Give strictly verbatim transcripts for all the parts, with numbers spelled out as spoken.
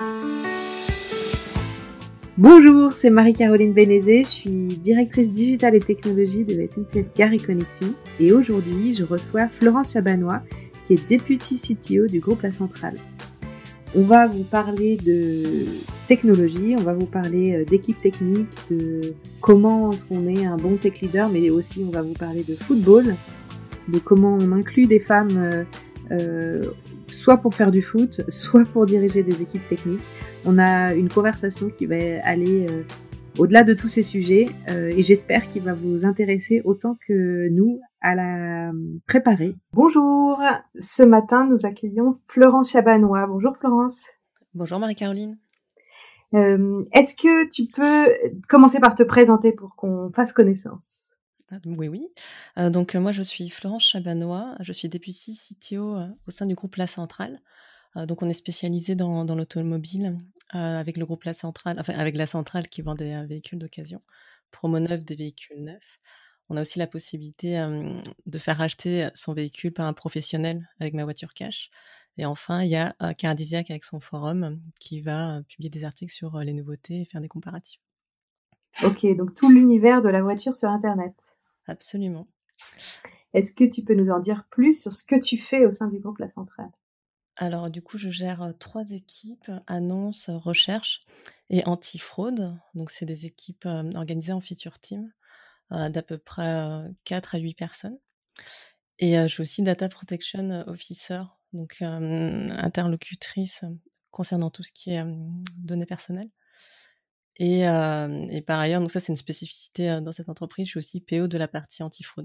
Bonjour, c'est Marie-Caroline Bénézé, je suis directrice digitale et technologie de la S N C F Gare et Connexion et aujourd'hui je reçois Florence Chabanois qui est Deputy C T O du groupe La Centrale. On va vous parler de technologie, on va vous parler d'équipe technique, de comment est-ce qu'on est un bon tech leader, mais aussi on va vous parler de football, de comment on inclut des femmes euh, euh, soit pour faire du foot, soit pour diriger des équipes techniques. On a une conversation qui va aller euh, au-delà de tous ces sujets euh, et j'espère qu'il va vous intéresser autant que nous à la préparer. Bonjour, ce matin nous accueillons Florence Chabanois. Bonjour Florence. Bonjour Marie-Caroline. Euh, est-ce que tu peux commencer par te présenter pour qu'on fasse connaissance ? Oui, oui. Euh, donc, euh, moi, je suis Florence Chabanois. Je suis Deputy C T O euh, au sein du groupe La Centrale. Euh, donc, on est spécialisé dans, dans l'automobile euh, avec le groupe La Centrale, enfin, avec La Centrale qui vend des euh, véhicules d'occasion, promo neuf des véhicules neufs. On a aussi la possibilité euh, de faire acheter son véhicule par un professionnel avec Ma Voiture Cash. Et enfin, il y a euh, Cardisiac avec son forum qui va euh, publier des articles sur euh, les nouveautés et faire des comparatifs. Ok, donc tout l'univers de la voiture sur Internet. Absolument. Est-ce que tu peux nous en dire plus sur ce que tu fais au sein du groupe La Centrale ? Alors du coup, je gère euh, trois équipes, annonces, recherche et anti-fraude. Donc c'est des équipes euh, organisées en feature team euh, d'à peu près euh, quatre à huit personnes. Et euh, je suis aussi data protection officer, donc euh, interlocutrice concernant tout ce qui est euh, données personnelles. Et, euh, et par ailleurs, donc ça c'est une spécificité euh, dans cette entreprise, je suis aussi P O de la partie anti-fraude.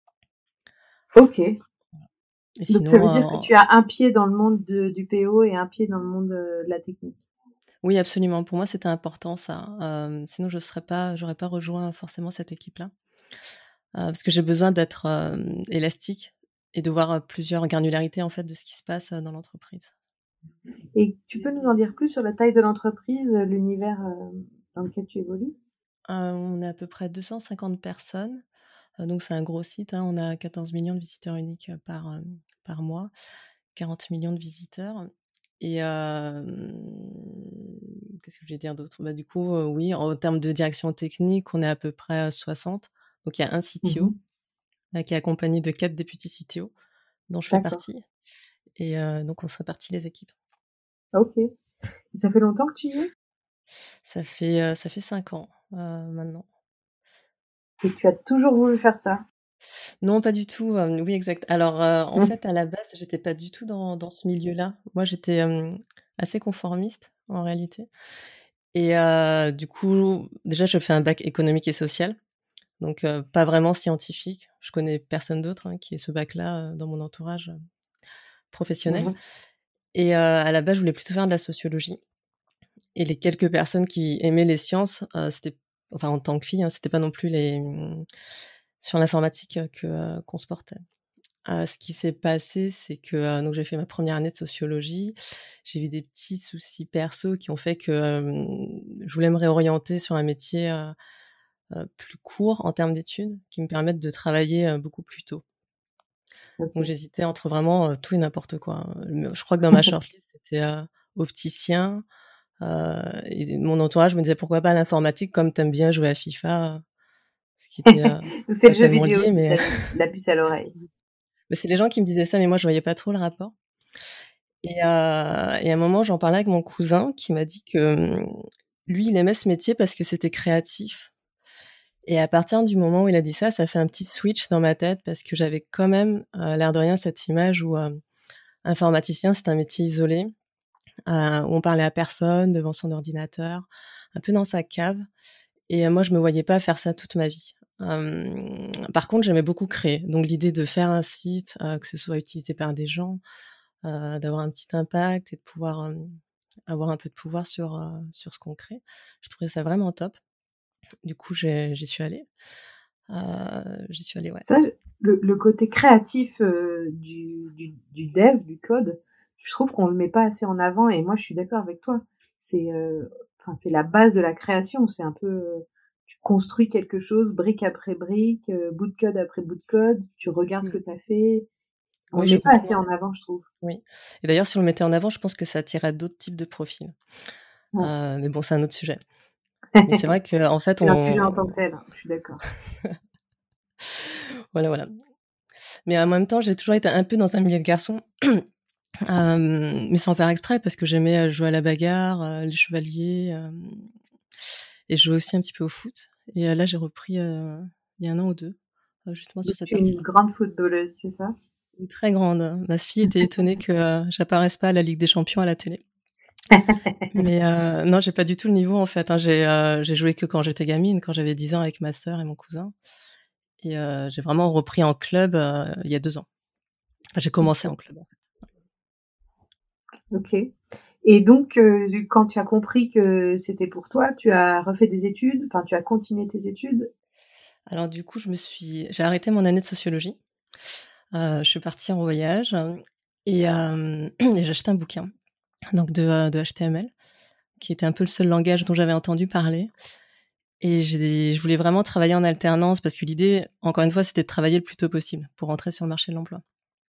Ok. Et Donc sinon, ça veut dire euh, que tu as un pied dans le monde de, du P O et un pied dans le monde de, de la technique. Oui, absolument. Pour moi, c'était important ça. Euh, sinon, je serais pas, j'aurais pas rejoint forcément cette équipe-là, euh, parce que j'ai besoin d'être euh, élastique et de voir plusieurs granularités en fait de ce qui se passe dans l'entreprise. Et tu peux nous en dire plus sur la taille de l'entreprise, l'univers euh, dans lequel tu évolues ? Euh, on est à peu près deux cent cinquante personnes, euh, donc c'est un gros site. Hein. On a quatorze millions de visiteurs uniques par euh, par mois, quarante millions de visiteurs. Et euh, qu'est-ce que je voulais dire d'autre ? Bah, du coup, euh, oui, en termes de direction technique, on est à peu près soixante. Donc il y a un C T O mmh. qui est accompagné de quatre députés C T O, dont je fais D'accord. partie. Et euh, donc on se répartit les équipes. Ok. Et ça fait longtemps que tu y es ? Ça fait euh, ça fait cinq ans euh, maintenant. Et tu as toujours voulu faire ça ? Non, pas du tout. Euh, oui, exact. Alors, euh, en fait, à la base, j'étais pas du tout dans, dans ce milieu-là. Moi, j'étais euh, assez conformiste, en réalité. Et euh, du coup, déjà, je fais un bac économique et social, donc euh, pas vraiment scientifique. Je connais personne d'autre hein, qui ait ce bac-là euh, dans mon entourage euh, professionnel. Mhm. Et euh, à la base, je voulais plutôt faire de la sociologie. Et les quelques personnes qui aimaient les sciences, euh, c'était, enfin, en tant que fille, hein, c'était pas non plus les sur l'informatique que euh, qu'on se portait. Euh, ce qui s'est passé, c'est que euh, donc j'ai fait ma première année de sociologie. J'ai eu des petits soucis perso qui ont fait que euh, je voulais me réorienter sur un métier euh, euh, plus court en termes d'études, qui me permettent de travailler euh, beaucoup plus tôt. Okay. Donc j'hésitais entre vraiment euh, tout et n'importe quoi. Je crois que dans ma shortlist, c'était euh, opticien. Euh, et mon entourage me disait pourquoi pas l'informatique, comme t'aimes bien jouer à FIFA, ce qui était euh, c'est pas le jeu tellement vidéo lié, qui mais... t'a mis la puce à l'oreille. mais c'est les gens qui me disaient ça, mais moi je voyais pas trop le rapport. Et, euh, et à un moment, j'en parlais avec mon cousin qui m'a dit que lui, il aimait ce métier parce que c'était créatif. Et à partir du moment où il a dit ça, ça fait un petit switch dans ma tête parce que j'avais quand même, euh, l'air de rien, cette image où euh, informaticien, c'est un métier isolé, euh, où on parlait à personne devant son ordinateur, un peu dans sa cave. Et euh, moi, je me voyais pas faire ça toute ma vie. Euh, par contre, j'aimais beaucoup créer. Donc l'idée de faire un site, euh, que ce soit utilisé par des gens, euh, d'avoir un petit impact et de pouvoir euh, avoir un peu de pouvoir sur euh, sur ce qu'on crée. Je trouvais ça vraiment top. Du coup, j'ai, j'y suis allée. Euh, j'y suis allée, ouais. Ça, le, le côté créatif euh, du, du, du dev, du code, je trouve qu'on le met pas assez en avant. Et moi, je suis d'accord avec toi. C'est, euh, enfin, c'est la base de la création. C'est un peu, euh, tu construis quelque chose brique après brique, euh, bout de code après bout de code. Tu regardes mmh. ce que tu as fait. On Oui, le je met suis pas assez complètement en d'accord. avant, je trouve. Oui et d'ailleurs, si on le mettait en avant, je pense que ça attirerait d'autres types de profils. Ouais. Heu, mais bon, c'est un autre sujet. Mais c'est vrai qu'en fait, C'est un sujet en on tant que tel, hein, je suis d'accord. voilà, voilà. Mais en même temps, j'ai toujours été un peu dans un milieu de garçons, hem, mais sans faire exprès parce que j'aimais, heu, jouer à la bagarre, heu, les chevaliers, hem et je jouais aussi un petit peu au foot et heu, là, j'ai repris, heu, il y a un an ou deux, heu, justement Donc sur cette tu es une partie-là. grande footballeuse, c'est ça? Une très grande. Ma fille était étonnée que, heu, j'apparaisse pas à la Ligue des champions à la télé. Mais heu, non, j'ai pas du tout le niveau en fait, hein. J'ai, heu, j'ai joué que quand j'étais gamine, quand j'avais dix ans avec ma sœur et mon cousin et heu, j'ai vraiment repris en club, heu, il y a deux ans. Enfin, j'ai commencé OK. en club, en fait. OK et donc heu, quand tu as compris que c'était pour toi, tu as refait des études? Enfin, tu as continué tes études? Alors du coup, je me suis j'ai arrêté mon année de sociologie. Heu, je suis partie en voyage et hem et j'ai acheté un bouquin, donc de, heu, de H T M L, qui était un peu le seul langage dont j'avais entendu parler et j'ai je voulais vraiment travailler en alternance parce que l'idée, encore une fois, c'était de travailler le plus tôt possible pour rentrer sur le marché de l'emploi.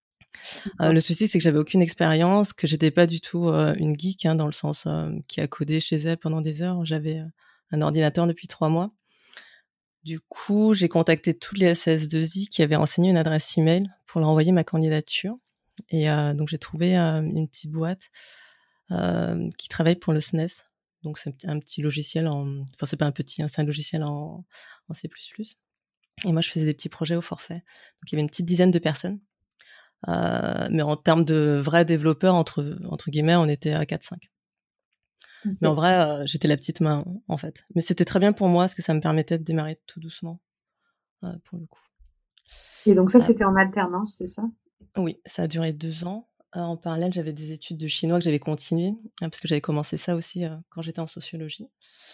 Heu, D'accord. le souci, c'est que j'avais aucune expérience, que j'étais pas du tout, heu, une geek, hein, dans le sens, heu, qui a codé chez elle pendant des heures. J'avais, heu, un ordinateur depuis trois mois. Du coup, j'ai contacté toutes les S S deux I qui avaient renseigné une adresse email pour leur envoyer ma candidature et heu, donc j'ai trouvé, heu, une petite boîte, hem, qui travaille pour le S N E S. Donc c'est un petit un petit logiciel en enfin, c'est pas un petit, hein, c'est un logiciel en en C plus plus et moi, je faisais des petits projets au forfait. Donc il y avait une petite dizaine de personnes. Heu, mais en termes de vrais développeurs, entre entre guillemets, on était à quatre cinq. Mais en OK vrai, heu, j'étais la petite main, en fait. Mais c'était très bien pour moi parce que ça me permettait de démarrer tout doucement, heu, pour le coup. et donc ça, Ap c'était en alternance, c'est ça? oui, ça a duré deux ans. Heu, en parallèle, j'avais des études de chinois que j'avais continuées, hein, parce que j'avais commencé ça aussi, heu, quand j'étais en sociologie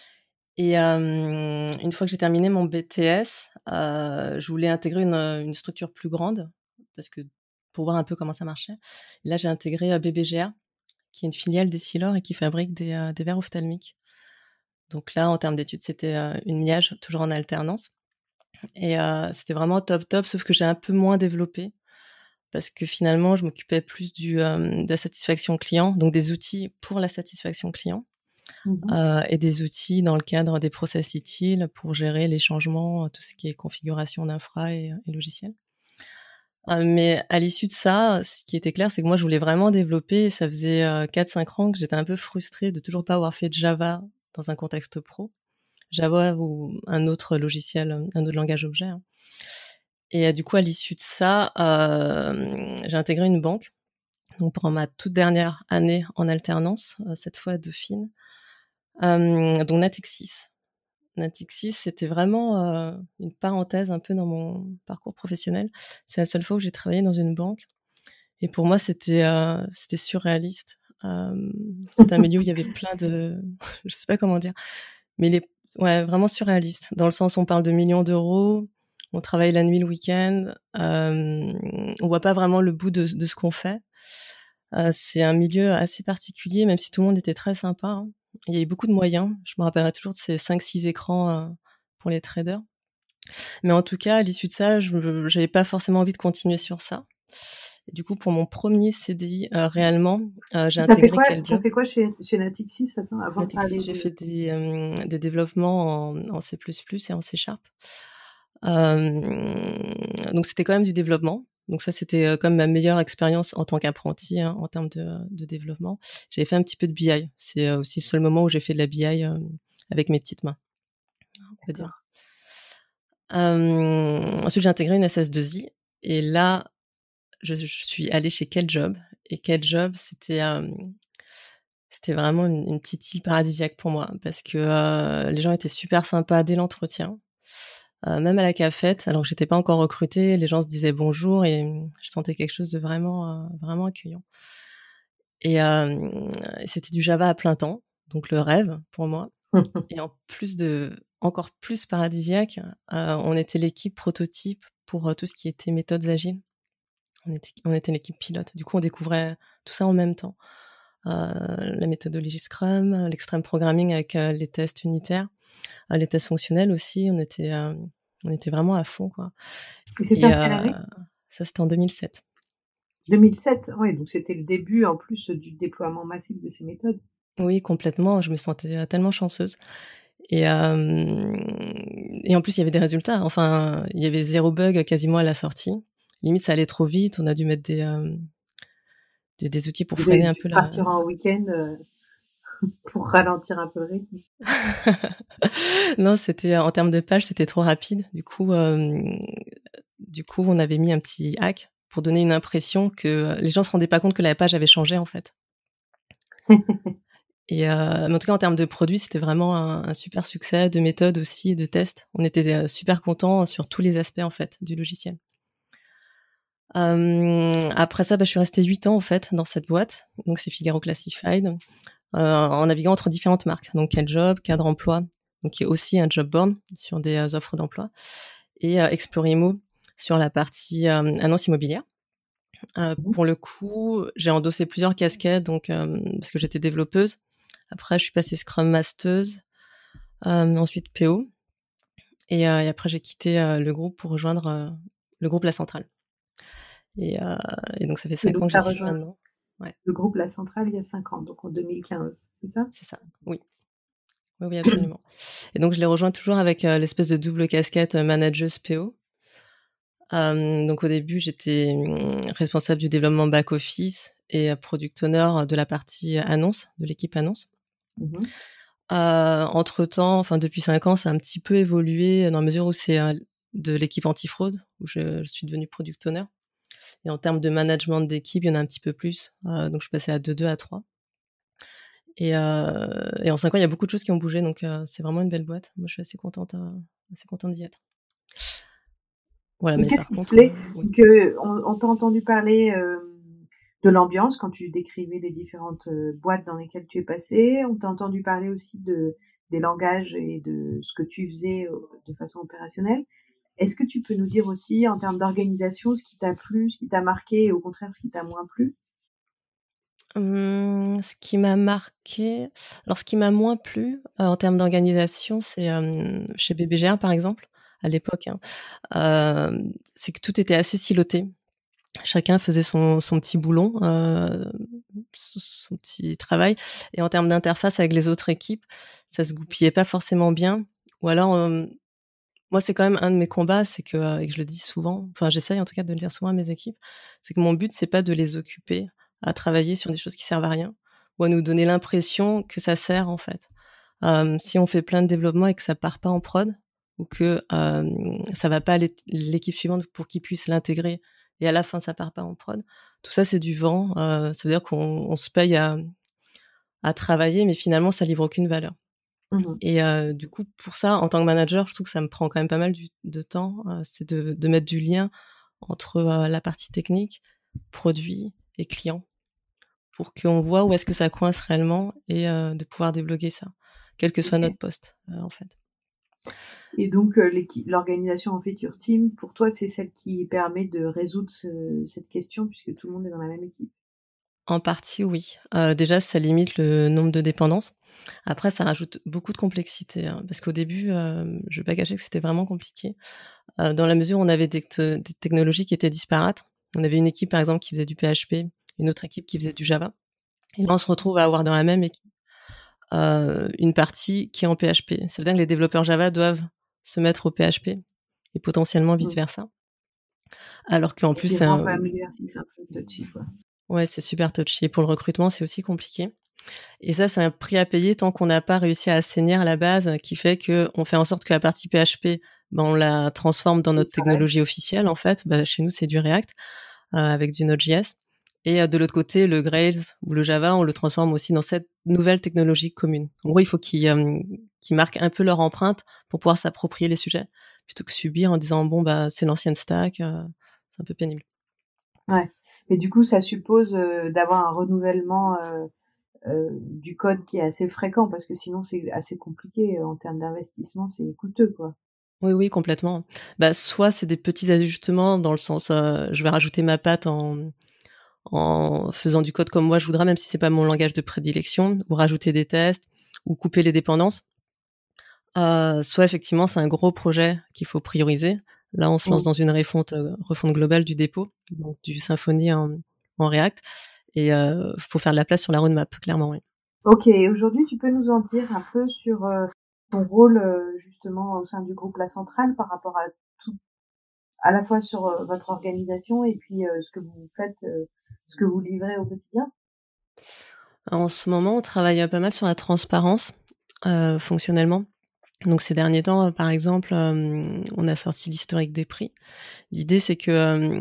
et hem, une fois que j'ai terminé mon B T S, heu, je voulais intégrer une, heu, une structure plus grande parce que pour voir un peu comment ça marchait. Là, j'ai intégré, heu, B B G A qui est une filiale d'Essilor et qui fabrique des, heu, des verres ophtalmiques. Donc là, en termes d'études, c'était, heu, une miage, toujours en alternance et heu, c'était vraiment top, top, sauf que j'ai un peu moins développé parce que finalement, je m'occupais plus du, hem, de la satisfaction client, donc des outils pour la satisfaction client, Mmh mh. heu et des outils dans le cadre des process utiles pour gérer les changements, tout ce qui est configuration d'infra et et logiciels. Heu, mais à l'issue de ça, ce qui était clair, c'est que moi, je voulais vraiment développer et ça faisait, heu, quatre cinq ans que j'étais un peu frustrée de toujours pas avoir fait de Java dans un contexte pro. Java ou un autre logiciel, un autre langage objet, hein et heu, du coup, à l'issue de ça, hem, j'ai intégré une banque, donc pendant ma toute dernière année en alternance, heu, cette fois à Dauphine, hem, donc Natixis. Natixis, c'était vraiment, heu, une parenthèse un peu dans mon parcours professionnel. C'est la seule fois où j'ai travaillé dans une banque et pour moi, c'était, heu, c'était surréaliste. Hem, c'était un milieu où il y avait plein de je sais pas comment dire, mais les ouais, vraiment surréaliste, dans le sens où on parle de millions d'euros, on travaille la nuit, le week-end, hem, on voit pas vraiment le bout de de ce qu'on fait. Heu, c'est un milieu assez particulier, même si tout le monde était très sympa, hein. Il y avait beaucoup de moyens. Je me rappellerai toujours de ces cinq six écrans, heu, pour les traders. Mais en tout cas, à l'issue de ça, je j'avais pas forcément envie de continuer sur ça. Et du coup, pour mon premier C D I, heu, réellement, heu, j'ai Tu as fait intégré quoi quel tu as job? fait quoi chez chez Natixis? Attends, avant de Natixis, parler j'ai de fait des, hem, des développements en en C plus plus et en C Sharp. Hem, donc c'était quand même du développement. Donc ça, c'était, heu, quand même ma meilleure expérience en tant qu'apprenti, hein, en termes de de développement. J'avais fait un petit peu de B I. C'est, heu, aussi le seul moment où j'ai fait de la B I, hem, avec mes petites mains, on va dire. d'accord. Hem, ensuite, j'ai intégré une S S deux I et là, je je suis allée chez Quel Job et Quel Job, c'était, hem, c'était vraiment une une petite île paradisiaque pour moi parce que, heu, les gens étaient super sympas dès l'entretien. Heu, même à la cafette, alors que j'étais pas encore recrutée, les gens se disaient bonjour et mmh, je sentais quelque chose de vraiment, heu, vraiment accueillant et hem, c'était du Java à plein temps, donc le rêve pour moi et en plus de encore plus paradisiaque, heu, on était l'équipe prototype pour, heu, tout ce qui était méthodes agiles. On était on était l'équipe pilote. Du coup, on découvrait tout ça en même temps. Heu, la méthodologie Scrum, l'extreme programming avec, heu, les tests unitaires, heu, les tests fonctionnels aussi, on était, hem, on était vraiment à fond, quoi Et c'était et en heu, quelle année? ça, c'était en deux mille sept. deux mille sept, ouais, donc c'était le début en plus du déploiement massif de ces méthodes. Oui, complètement, je me sentais, heu, tellement chanceuse et hem et en plus, il y avait des résultats. Enfin, il y avait zéro bug quasiment à la sortie. Limite, ça allait trop vite, on a dû mettre des, hem, des des outils pour Vous avez freiner un dû peu la partir en week-end, heu, pour ralentir un peu le rythme? non, c'était en termes de pages, c'était trop rapide. Du coup, hem, du coup, on avait mis un petit hack pour donner une impression que les gens se rendaient pas compte que la page avait changé, en fait. Et heu, mais en tout cas, en termes de produits, c'était vraiment un un super succès, de méthode aussi et de tests. On était, heu, super contents sur tous les aspects, en fait, du logiciel. Hem, après ça, bah, je suis restée huit ans, en fait, dans cette boîte. Donc c'est Figaro Classified, heu, en naviguant entre différentes marques. Donc Quel-Job, Cadre Emploi, donc qui est aussi un job board sur des, heu, offres d'emploi et heu, Explorimo sur la partie, hem, annonces immobilières. Heu, Mmh mh. pour le coup, j'ai endossé plusieurs casquettes donc hem, parce que j'étais développeuse. Après, je suis passée Scrum Masteuse, hem, ensuite P O et heu et après j'ai quitté, heu, le groupe pour rejoindre, heu, le groupe La Centrale et heu et donc ça fait Et cinq ans donc que tu j'y as suis rejoint maintenant. Ouais, le groupe La Centrale il y a cinq ans, donc en deux mille quinze, c'est ça? c'est ça. Oui. Oui, oui, absolument et donc je les rejoins toujours avec, heu, l'espèce de double casquette, heu, manageuse P O. Hem, donc au début, j'étais, mmh, responsable du développement back office et heu, product owner de la partie annonce, de l'équipe annonce. Mmh mh. Heu, entre-temps, enfin depuis cinq ans, ça a un petit peu évolué dans la mesure où c'est, heu, de l'équipe antifraude où je je suis devenue product owner et en termes de management d'équipe, il y en a un petit peu plus, heu, donc je suis passée à de deux à trois et heu et en cinq ans, il y a beaucoup de choses qui ont bougé donc heu, c'est vraiment une belle boîte. Moi, je suis assez contente, heu, assez contente d'y être. Voilà, Et mais qu'est-ce par qui te contre, plaît? heu, oui. Donc, heu, on on t'a entendu parler, hem, de l'ambiance quand tu décrivais les différentes, heu, boîtes dans lesquelles tu es passée. On t'a entendu parler aussi de des langages et de ce que tu faisais, heu, de façon opérationnelle. Est-ce que tu peux nous dire aussi en termes d'organisation ce qui t'a plu, ce qui t'a marqué et au contraire ce qui t'a moins plu? Mmh, ce qui m'a marqué alors ce qui m'a moins plu, heu, en termes d'organisation, c'est, hem, chez B B G R, par exemple, à l'époque, hein, hem, c'est que tout était assez siloté. Chacun faisait son son petit boulon, heu, s son petit travail et en termes d'interface avec les autres équipes, ça se goupillait pas forcément bien ou alors, hem, moi, c'est quand même un de mes combats, c'est que, heu et que je le dis souvent, enfin j'essaye en tout cas de le dire souvent à mes équipes, c'est que mon but, c'est pas de les occuper à travailler sur des choses qui servent à rien ou à nous donner l'impression que ça sert, en fait. Hem, si on fait plein de développement et que ça part pas en prod ou que, hem, ça va pas à l'ét l'équipe suivante pour qu'ils puissent l'intégrer et à la fin ça part pas en prod, tout ça c'est du vent, heu, ça veut dire qu'on on se paye à à travailler mais finalement ça livre aucune valeur Mmh mh. et heu, du coup pour ça, en tant que manager, je trouve que ça me prend quand même pas mal du de temps, heu, c'est de de mettre du lien entre, heu, la partie technique, produit et client pour qu'on voit où est-ce que ça coince réellement et heu, de pouvoir débloquer ça, quel que soit OK. notre poste, heu, en fait. Et donc, heu, l'équi l'organisation en feature team, pour toi, c'est celle qui permet de résoudre ce cette question puisque tout le monde est dans la même équipe? En partie, oui. Heu, déjà, ça limite le nombre de dépendances. Après, ça rajoute beaucoup de complexité, hein, parce qu'au début, hem, je vais pas cacher que c'était vraiment compliqué, heu, dans la mesure où on avait des te des technologies qui étaient disparates. On avait une équipe, par exemple, qui faisait du P H P, une autre équipe qui faisait du Java et là, on se retrouve à avoir dans la même équipe, heu, une partie qui est en P H P. Ça veut dire que les développeurs Java doivent se mettre au P H P et potentiellement vice Mmh. versa. Alors qu'en Ce plus, qui c'est rend un quand même l'exercice un peu touchy, quoi. ouais, c'est super touchy et pour le recrutement, c'est aussi compliqué. Et ça, c'est un prix à payer tant qu'on n'a pas réussi à assainir la base qui fait qu'on fait en sorte que la partie P H P, ben, on la transforme dans Oui, notre ça reste. technologie officielle, en fait. Bah, chez nous, c'est du React, heu, avec du Node.js. Et heu, de l'autre côté, le Grails ou le Java, on le transforme aussi dans cette nouvelle technologie commune. En gros, il faut qu'ils, hem, qu'ils marquent un peu leur empreinte pour pouvoir s'approprier les sujets, plutôt que subir en disant: «Bon, bah, c'est l'ancienne stack», heu, c'est un peu pénible. Ouais. Mais du coup, ça suppose, heu, d'avoir un renouvellement, heu heu, du code qui est assez fréquent parce que sinon c'est assez compliqué, heu, en termes d'investissement, c'est coûteux, quoi. Oui, oui, complètement. Bah, soit c'est des petits ajustements dans le sens, heu, je vais rajouter ma patte en en faisant du code comme moi je voudrais, même si c'est pas mon langage de prédilection, ou rajouter des tests, ou couper les dépendances. Heu, soit effectivement, c'est un gros projet qu'il faut prioriser. Là, on se lance Mmh. dans une refonte, heu, refonte globale du dépôt, donc du Symfony en en React. Et euh, faut faire de la place sur la roadmap, clairement, oui. Ok, aujourd'hui, tu peux nous en dire un peu sur euh, ton rôle euh, justement au sein du groupe La Centrale par rapport à tout, à la fois sur euh, votre organisation et puis euh, ce que vous faites, euh, ce que vous livrez au quotidien. En ce moment, on travaille pas mal sur la transparence euh, fonctionnellement. Donc ces derniers temps, par exemple, euh, on a sorti l'historique des prix. L'idée, c'est que euh,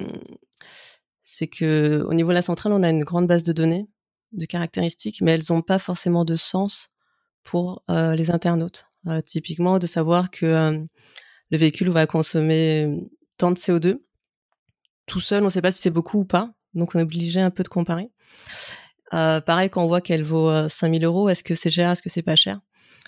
c'est que au niveau de la centrale, on a une grande base de données, de caractéristiques, mais elles n'ont pas forcément de sens pour euh, les internautes. Euh, typiquement, de savoir que euh, le véhicule va consommer tant de C O deux. Tout seul, on ne sait pas si c'est beaucoup ou pas, donc on est obligé un peu de comparer. Euh, pareil, quand on voit qu'elle vaut euh, cinq mille euros, est-ce que c'est cher, est-ce que c'est pas cher?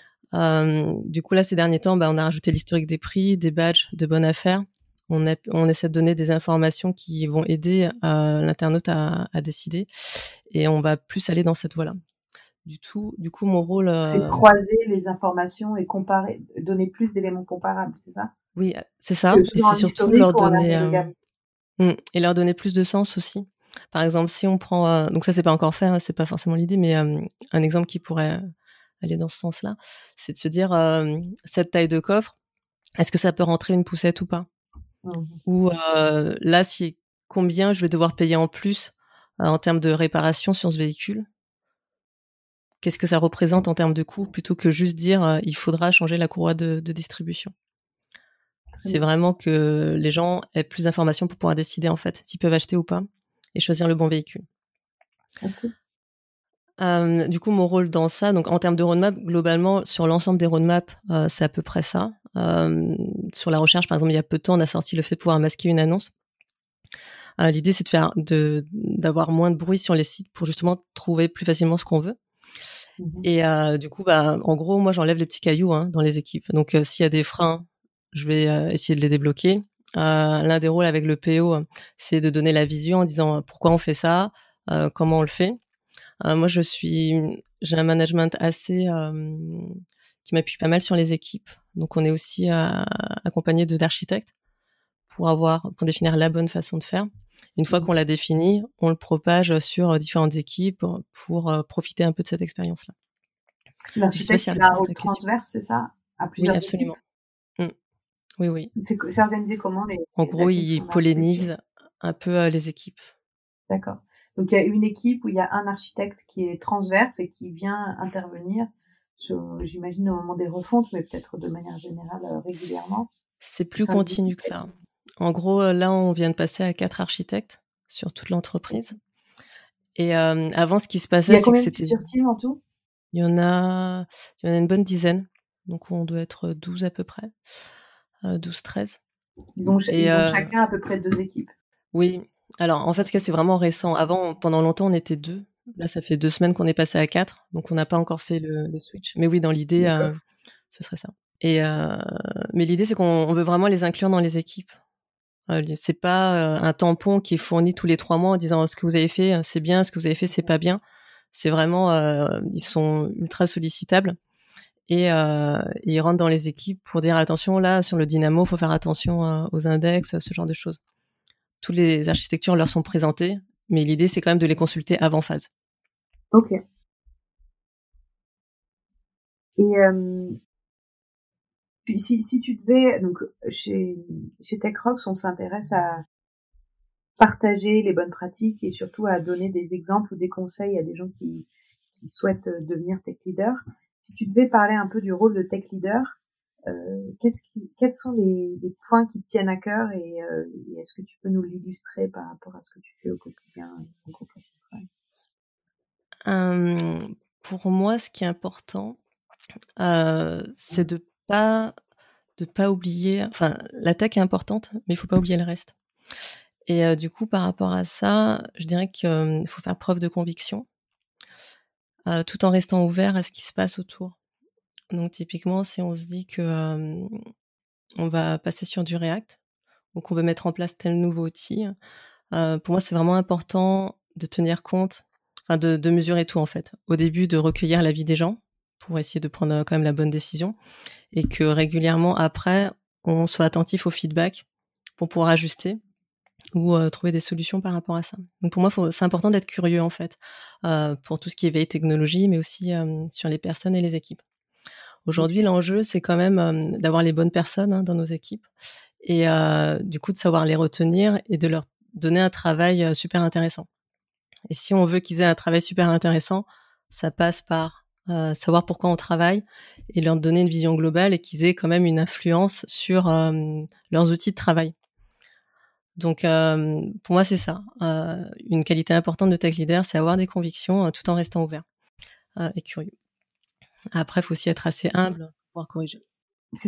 Euh, du coup, là, ces derniers temps, bah, on a rajouté l'historique des prix, des badges de bonne affaire. On, a, on essaie de donner des informations qui vont aider euh, l'internaute à, à décider, et on va plus aller dans cette voie-là. Du tout, du coup, mon rôle, C'est euh... croiser les informations et comparer, donner plus d'éléments comparables, c'est ça? oui, c'est ça, Que ce et soit c'est en surtout historique leur ou en donner, euh... ergonomie. et leur donner plus de sens aussi. Par exemple, si on prend, euh... donc ça c'est pas encore fait, hein, c'est pas forcément l'idée, mais euh, un exemple qui pourrait aller dans ce sens-là, c'est de se dire euh, cette taille de coffre, est-ce que ça peut rentrer une poussette ou pas? Mmh. Ou euh, là, si combien je vais devoir payer en plus euh, en termes de réparation sur ce véhicule? Qu'est-ce que ça représente en termes de coût, plutôt que juste dire euh, il faudra changer la courroie de, de distribution. C'est vraiment que les gens aient plus d'informations pour pouvoir décider en fait s'ils peuvent acheter ou pas et choisir le bon véhicule. Okay. Euh, du coup, mon rôle dans ça, donc en termes de roadmap, globalement, sur l'ensemble des roadmaps, euh, c'est à peu près ça. Euh, sur la recherche, par exemple, il y a peu de temps, on a sorti le fait de pouvoir masquer une annonce. Euh, l'idée, c'est de faire, de, d'avoir moins de bruit sur les sites pour justement trouver plus facilement ce qu'on veut. Mmh. Et euh, du coup, bah, en gros, moi, j'enlève les petits cailloux hein, dans les équipes. Donc, euh, s'il y a des freins, je vais euh, essayer de les débloquer. Euh, l'un des rôles avec le P O, c'est de donner la vision en disant pourquoi on fait ça, euh, comment on le fait. Euh, moi, je suis, j'ai un management assez euh, qui m'appuie pas mal sur les équipes. Donc, on est aussi euh, accompagné de d'architectes pour avoir, pour définir la bonne façon de faire. Une fois qu'on l'a défini, on le propage sur différentes équipes pour, pour euh, profiter un peu de cette expérience-là. L'architecte, il a un rôle transverse, c'est ça? À plusieurs oui, absolument. Mmh. Oui, oui. C'est, c'est organisé comment les En gros, il pollinise un peu euh, les équipes. D'accord. Donc, il y a une équipe où il y a un architecte qui est transverse et qui vient intervenir sur, j'imagine, au moment des refontes, mais peut-être de manière générale euh, régulièrement. C'est plus continu que ça. En gros, là, on vient de passer à quatre architectes sur toute l'entreprise. Et euh, avant, ce qui se passait, c'est que c'était... Il y a combien de teams en tout? Il y en a, il y en a une bonne dizaine. Donc, on doit être douze à peu près. Euh, douze, treize. Ils ont, ch- ils euh... ont chacun à peu près deux équipes. Oui. Alors, en fait, ce cas, c'est vraiment récent. Avant, pendant longtemps, on était deux. Là, ça fait deux semaines qu'on est passé à quatre. Donc, on n'a pas encore fait le, le switch. Mais oui, dans l'idée, euh, ce serait ça. Et euh, mais l'idée, c'est qu'on on veut vraiment les inclure dans les équipes. Euh, c'est pas euh, un tampon qui est fourni tous les trois mois en disant ce que vous avez fait, c'est bien, ce que vous avez fait, c'est pas bien. C'est vraiment, euh, ils sont ultra sollicitables et euh, ils rentrent dans les équipes pour dire attention là sur le dynamo, faut faire attention euh, aux index, ce genre de choses. Toutes les architectures leur sont présentées, mais l'idée c'est quand même de les consulter avant phase. Ok. Et euh, si, si tu devais, donc chez, chez TechRox, on s'intéresse à partager les bonnes pratiques et surtout à donner des exemples ou des conseils à des gens qui, qui souhaitent devenir tech leader. Si tu devais parler un peu du rôle de tech leader, euh, qu'est-ce qui, quels sont les, les points qui te tiennent à cœur et, euh, et est-ce que tu peux nous l'illustrer par rapport à ce que tu fais au quotidien en groupe central? Euh, pour moi, ce qui est important, euh, c'est de pas de pas oublier. Enfin, la tech est importante, mais il faut pas oublier le reste. Et euh, du coup, par rapport à ça, je dirais qu'il euh, faut faire preuve de conviction, euh, tout en restant ouvert à ce qui se passe autour. Donc, typiquement, si on se dit que euh, on va passer sur du React, ou qu'on veut mettre en place tel nouveau outil, euh, pour moi, c'est vraiment important de tenir compte, enfin, de, de mesurer tout en fait. Au début, de recueillir l'avis des gens pour essayer de prendre quand même la bonne décision, et que régulièrement après, on soit attentif au feedback pour pouvoir ajuster. ou euh, trouver des solutions par rapport à ça. Donc pour moi, faut, c'est important d'être curieux en fait, euh, pour tout ce qui est veille technologie, mais aussi euh, sur les personnes et les équipes. Aujourd'hui, okay. L'enjeu, c'est quand même euh, d'avoir les bonnes personnes hein, dans nos équipes et euh, du coup de savoir les retenir et de leur donner un travail euh, super intéressant. Et si on veut qu'ils aient un travail super intéressant, ça passe par euh, savoir pourquoi on travaille et leur donner une vision globale et qu'ils aient quand même une influence sur euh, leurs outils de travail. Donc, euh, pour moi, c'est ça. Euh, une qualité importante de tech leader, c'est avoir des convictions euh, tout en restant ouvert euh, et curieux. Après, il faut aussi être assez humble pour pouvoir corriger. C'est-à-dire ?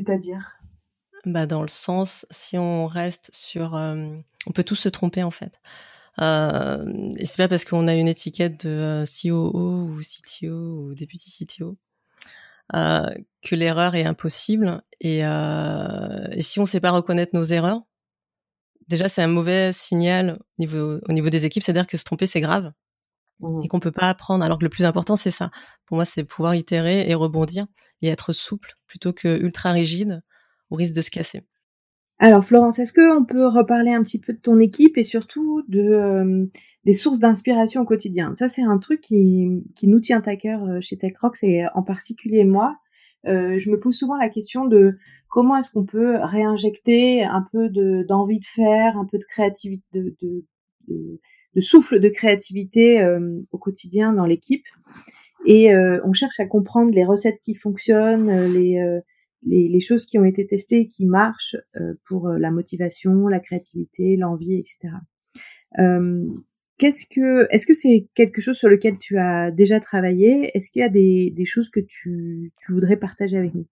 Bah, dans le sens, si on reste sur... Euh, on peut tous se tromper, en fait. Euh, et c'est pas parce qu'on a une étiquette de euh, C O O ou C T O ou Deputy C T O euh, que l'erreur est impossible. Et, euh, et si on sait pas reconnaître nos erreurs, déjà, c'est un mauvais signal au niveau, au niveau des équipes, c'est-à-dire que se tromper, c'est grave mmh. et qu'on peut pas apprendre. Alors que le plus important, c'est ça. Pour moi, c'est pouvoir itérer et rebondir et être souple plutôt que ultra rigide au risque de se casser. Alors, Florence, est-ce qu'on peut reparler un petit peu de ton équipe et surtout de, euh, des sources d'inspiration au quotidien ? Ça, c'est un truc qui, qui nous tient à cœur chez TechRox et en particulier moi. Euh, je me pose souvent la question de comment est-ce qu'on peut réinjecter un peu de, d'envie de faire, un peu de créativité, de, de, de, de souffle de créativité euh, au quotidien dans l'équipe. Et euh, on cherche à comprendre les recettes qui fonctionnent, les, euh, les, les choses qui ont été testées et qui marchent euh, pour la motivation, la créativité, l'envie, et cetera. Euh, qu'est-ce que, est-ce que c'est quelque chose sur lequel tu as déjà travaillé ? Est-ce qu'il y a des, des choses que tu, tu voudrais partager avec nous ?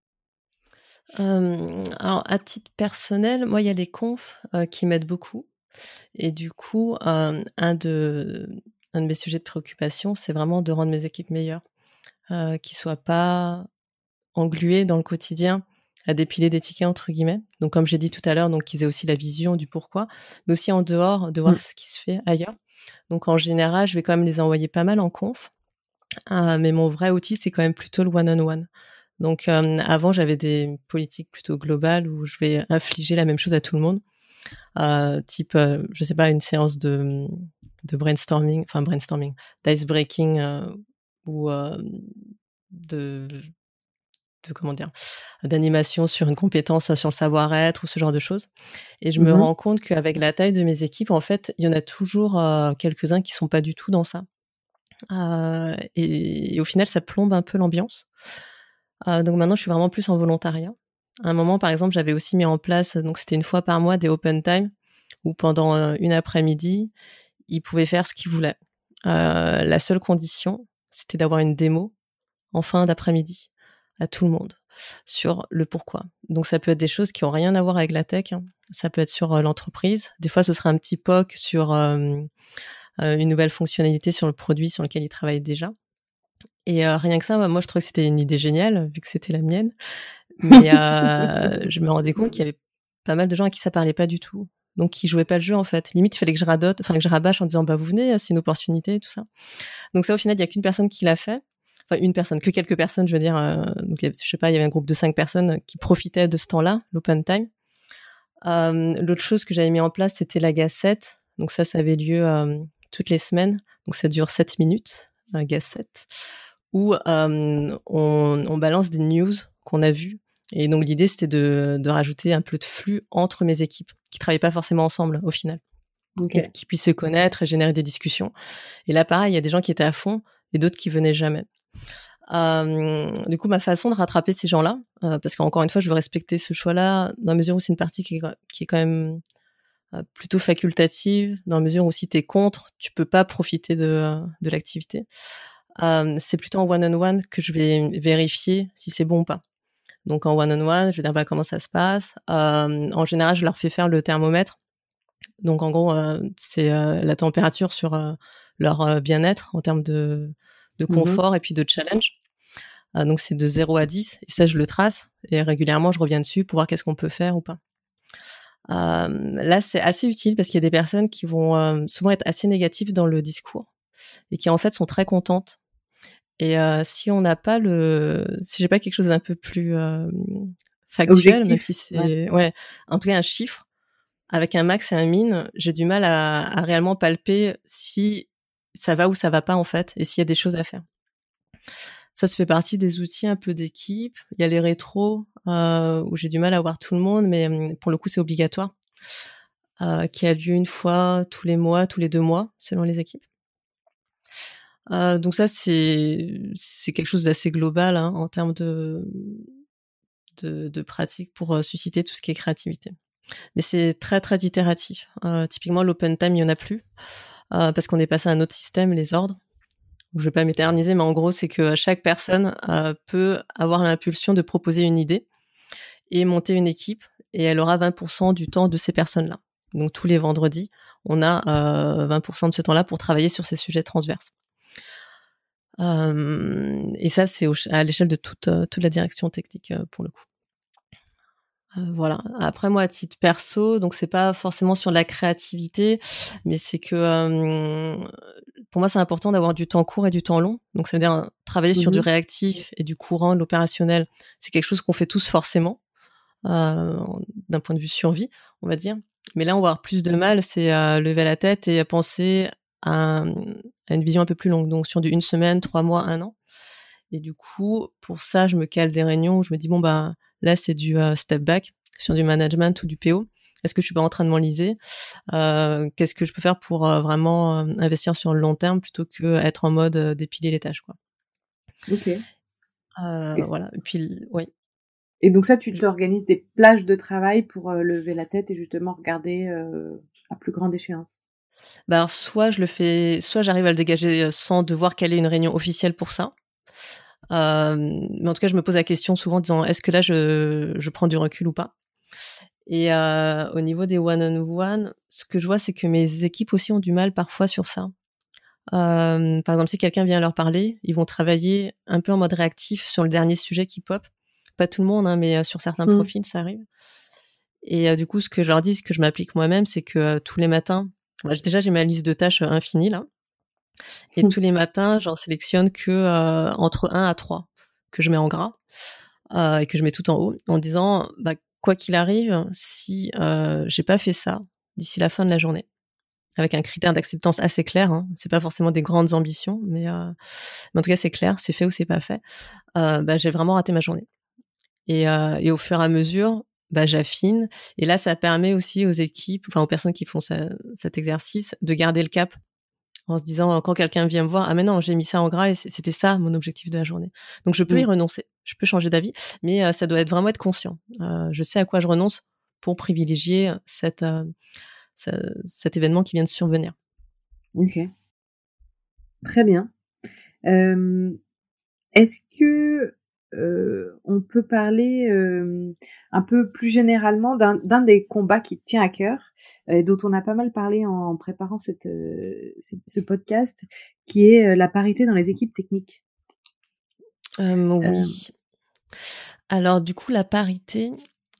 Euh, alors, à titre personnel, moi, il y a les confs euh, qui m'aident beaucoup. Et du coup, euh, un, de, un de mes sujets de préoccupation, c'est vraiment de rendre mes équipes meilleures, euh, qu'ils soient pas englués dans le quotidien à dépiler des tickets, entre guillemets. Donc, comme j'ai dit tout à l'heure, donc qu'ils aient aussi la vision du pourquoi, mais aussi en dehors, de voir mmh. ce qui se fait ailleurs. Donc, en général, je vais quand même les envoyer pas mal en conf. Euh, mais mon vrai outil, c'est quand même plutôt le one-on-one. Donc, euh, avant, j'avais des politiques plutôt globales où je vais infliger la même chose à tout le monde. Euh, type, euh, je sais pas, une séance de, de brainstorming, enfin brainstorming, d'ice breaking euh, ou euh, de, de comment dire, d'animation sur une compétence, sur le savoir-être ou ce genre de choses. Et je mm-hmm. me rends compte qu'avec la taille de mes équipes, en fait, il y en a toujours euh, quelques-uns qui sont pas du tout dans ça. Euh, et, et au final, ça plombe un peu l'ambiance. Euh, donc maintenant, je suis vraiment plus en volontariat. À un moment, par exemple, j'avais aussi mis en place, donc c'était une fois par mois, des open time, où pendant euh, une après-midi, ils pouvaient faire ce qu'ils voulaient. Euh, la seule condition, c'était d'avoir une démo en fin d'après-midi à tout le monde sur le pourquoi. Donc ça peut être des choses qui ont rien à voir avec la tech, hein. Ça peut être sur euh, l'entreprise. Des fois, ce sera un petit P O C sur euh, euh, une nouvelle fonctionnalité sur le produit sur lequel ils travaillent déjà. Et euh, rien que ça, moi, je trouvais que c'était une idée géniale, vu que c'était la mienne. Mais euh, je me rendais compte qu'il y avait pas mal de gens à qui ça parlait pas du tout. Donc, qui jouaient pas le jeu, en fait. Limite, il fallait que je radote, enfin, que je rabâche en disant, bah, vous venez, c'est une opportunité, et tout ça. Donc, ça, au final, il y a qu'une personne qui l'a fait. Enfin, une personne, que quelques personnes, je veux dire. Euh, donc, je sais pas, il y avait un groupe de cinq personnes qui profitaient de ce temps-là, l'open time. Euh, l'autre chose que j'avais mis en place, c'était la gazette. Donc, ça, ça avait lieu euh, toutes les semaines. Donc, ça dure sept minutes, la gazette, où euh, on, on balance des news qu'on a vues. Et donc, l'idée, c'était de, de rajouter un peu de flux entre mes équipes, qui travaillent pas forcément ensemble, au final. Okay. Et qui puissent se connaître et générer des discussions. Et là, pareil, il y a des gens qui étaient à fond et d'autres qui venaient jamais. Euh, du coup, ma façon de rattraper ces gens-là, euh, parce qu'encore une fois, je veux respecter ce choix-là, dans la mesure où c'est une partie qui est, qui est quand même euh, plutôt facultative, dans la mesure où si t'es contre, tu peux pas profiter de, de l'activité. Euh, c'est plutôt en one-on-one que je vais vérifier si c'est bon ou pas. Donc en one-on-one, je vais dire bah, comment ça se passe. Euh, en général, je leur fais faire le thermomètre. Donc en gros, euh, c'est euh, la température sur euh, leur euh, bien-être en termes de, de confort mmh. et puis de challenge. Euh, donc c'est de zéro à dix. Et ça, je le trace. Et régulièrement, je reviens dessus pour voir qu'est-ce qu'on peut faire ou pas. Euh, là, c'est assez utile parce qu'il y a des personnes qui vont euh, souvent être assez négatives dans le discours et qui en fait sont très contentes. Et euh, si on n'a pas le, si j'ai pas quelque chose d'un peu plus euh, factuel, objectif, même si c'est, ouais. ouais, en tout cas un chiffre, avec un max et un min, j'ai du mal à, à réellement palper si ça va ou ça va pas en fait, et s'il y a des choses à faire. Ça, ça fait partie des outils un peu d'équipe. Il y a les rétros euh, où j'ai du mal à voir tout le monde, mais pour le coup, c'est obligatoire, euh, qui a lieu une fois tous les mois, tous les deux mois, selon les équipes. Euh, donc ça, c'est c'est quelque chose d'assez global hein, en termes de, de de pratique pour euh, susciter tout ce qui est créativité. Mais c'est très très itératif. Euh, typiquement, l'open time, il y en a plus euh, parce qu'on est passé à un autre système, les ordres. Je vais pas m'éterniser, mais en gros, c'est que chaque personne euh, peut avoir l'impulsion de proposer une idée et monter une équipe, et elle aura vingt pour cent du temps de ces personnes-là. Donc tous les vendredis, on a euh, vingt pour cent de ce temps-là pour travailler sur ces sujets transverses. Euh, et ça, c'est au, à l'échelle de toute, euh, toute la direction technique euh, pour le coup. Euh, voilà. Après moi, à titre perso, donc c'est pas forcément sur la créativité, mais c'est que euh, pour moi, c'est important d'avoir du temps court et du temps long. Donc ça veut dire euh, travailler mmh. sur du réactif et du courant, de l'opérationnel. C'est quelque chose qu'on fait tous forcément, euh, d'un point de vue survie, on va dire. Mais là, on va avoir plus de mal, c'est à lever la tête et à penser à, à une vision un peu plus longue. Donc sur du une semaine, trois mois, un an. Et du coup, pour ça, je me cale des réunions où je me dis, bon, bah, là, c'est du uh, step back sur du management ou du P O. Est-ce que je suis pas en train de m'enliser euh, Qu'est-ce que je peux faire pour uh, vraiment uh, investir sur le long terme plutôt que être en mode uh, dépiler les tâches, quoi. Ok. Euh, et voilà. Et puis, oui. Et donc ça, tu t'organises des plages de travail pour euh, lever la tête et justement regarder euh, à plus grande échéance. Bah alors, soit je le fais, soit j'arrive à le dégager sans devoir caler une réunion officielle pour ça. Euh, mais en tout cas, je me pose la question souvent en disant est-ce que là je, je prends du recul ou pas. Et euh, au niveau des one-on-one, ce que je vois, c'est que mes équipes aussi ont du mal parfois sur ça. Euh, par exemple, si quelqu'un vient leur parler, ils vont travailler un peu en mode réactif sur le dernier sujet qui pop. Pas tout le monde, hein, mais sur certains mmh. profils, ça arrive. Et euh, du coup, ce que je leur dis, ce que je m'applique moi-même, c'est que euh, tous les matins, bah, déjà j'ai ma liste de tâches infinie là. Et mmh. tous les matins, j'en sélectionne que euh, entre un à trois que je mets en gras euh, et que je mets tout en haut, en disant bah, quoi qu'il arrive, si euh, j'ai pas fait ça d'ici la fin de la journée, avec un critère d'acceptance assez clair, hein, c'est pas forcément des grandes ambitions, mais, euh, mais en tout cas c'est clair, c'est fait ou c'est pas fait, euh, bah, j'ai vraiment raté ma journée. Et, euh, et au fur et à mesure, bah, j'affine. Et là, ça permet aussi aux équipes, enfin aux personnes qui font ça, cet exercice, de garder le cap en se disant, quand quelqu'un vient me voir, ah mais non, j'ai mis ça en gras et c'était ça mon objectif de la journée. Donc je peux mmh. y renoncer, je peux changer d'avis, mais euh, ça doit être vraiment être conscient. Euh, je sais à quoi je renonce pour privilégier cette, euh, ce, cet événement qui vient de survenir. Ok, très bien. Euh, est-ce que euh, on peut parler euh, un peu plus généralement d'un, d'un des combats qui te tient à cœur, euh, dont on a pas mal parlé en préparant cette, euh, ce podcast, qui est euh, la parité dans les équipes techniques. Euh, oui. Euh... Alors du coup, la parité,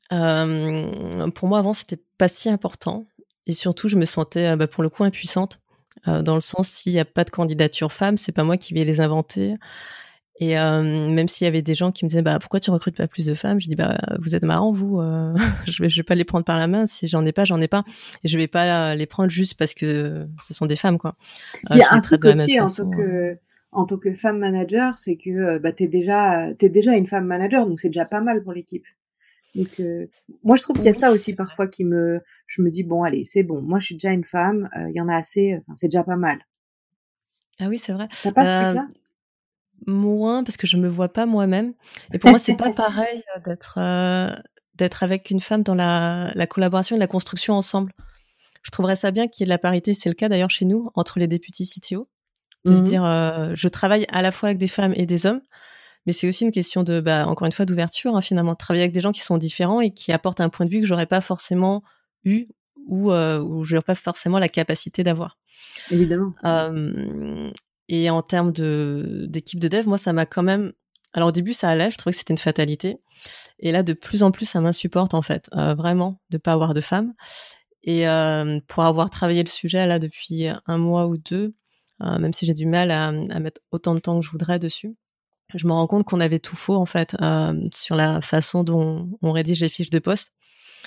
euh, pour moi avant, c'était pas si important. Et surtout, je me sentais bah, pour le coup impuissante, euh, dans le sens s'il n'y a pas de candidature femme, c'est pas moi qui vais les inventer. Et euh, même s'il y avait des gens qui me disaient bah pourquoi tu recrutes pas plus de femmes, je dis bah vous êtes marrants vous, euh, je vais je vais pas les prendre par la main, si j'en ai pas j'en ai pas, et je vais pas les prendre juste parce que ce sont des femmes quoi. Il y a un truc aussi en tant que en tant que femme manager, c'est que bah t'es déjà t'es déjà une femme manager, donc c'est déjà pas mal pour l'équipe. Donc euh, moi je trouve qu'il y a ça aussi parfois qui me je me dis bon allez c'est bon, moi je suis déjà une femme, il euh, y en a assez, enfin, c'est déjà pas mal. Ah oui c'est vrai. T'as pas euh... ce truc-là? Moins parce que je me vois pas moi-même, et pour moi c'est pas pareil d'être euh, d'être avec une femme dans la, la collaboration et la construction ensemble. Je trouverais ça bien qu'il y ait de la parité, c'est le cas d'ailleurs chez nous entre les députés C T O, de mmh. se dire euh, je travaille à la fois avec des femmes et des hommes, mais c'est aussi une question de bah encore une fois d'ouverture hein, finalement, de travailler avec des gens qui sont différents et qui apportent un point de vue que j'aurais pas forcément eu ou euh, où j'aurais pas forcément la capacité d'avoir. Évidemment. Euh, Et en termes de, d'équipe de dev, moi, ça m'a quand même... Alors au début, ça allait, je trouvais que c'était une fatalité. Et là, de plus en plus, ça m'insupporte, en fait, euh, vraiment, de pas avoir de femmes. Et euh, pour avoir travaillé le sujet, là, depuis un mois ou deux, euh, même si j'ai du mal à, à mettre autant de temps que je voudrais dessus, je me rends compte qu'on avait tout faux, en fait, euh, sur la façon dont on rédige les fiches de poste.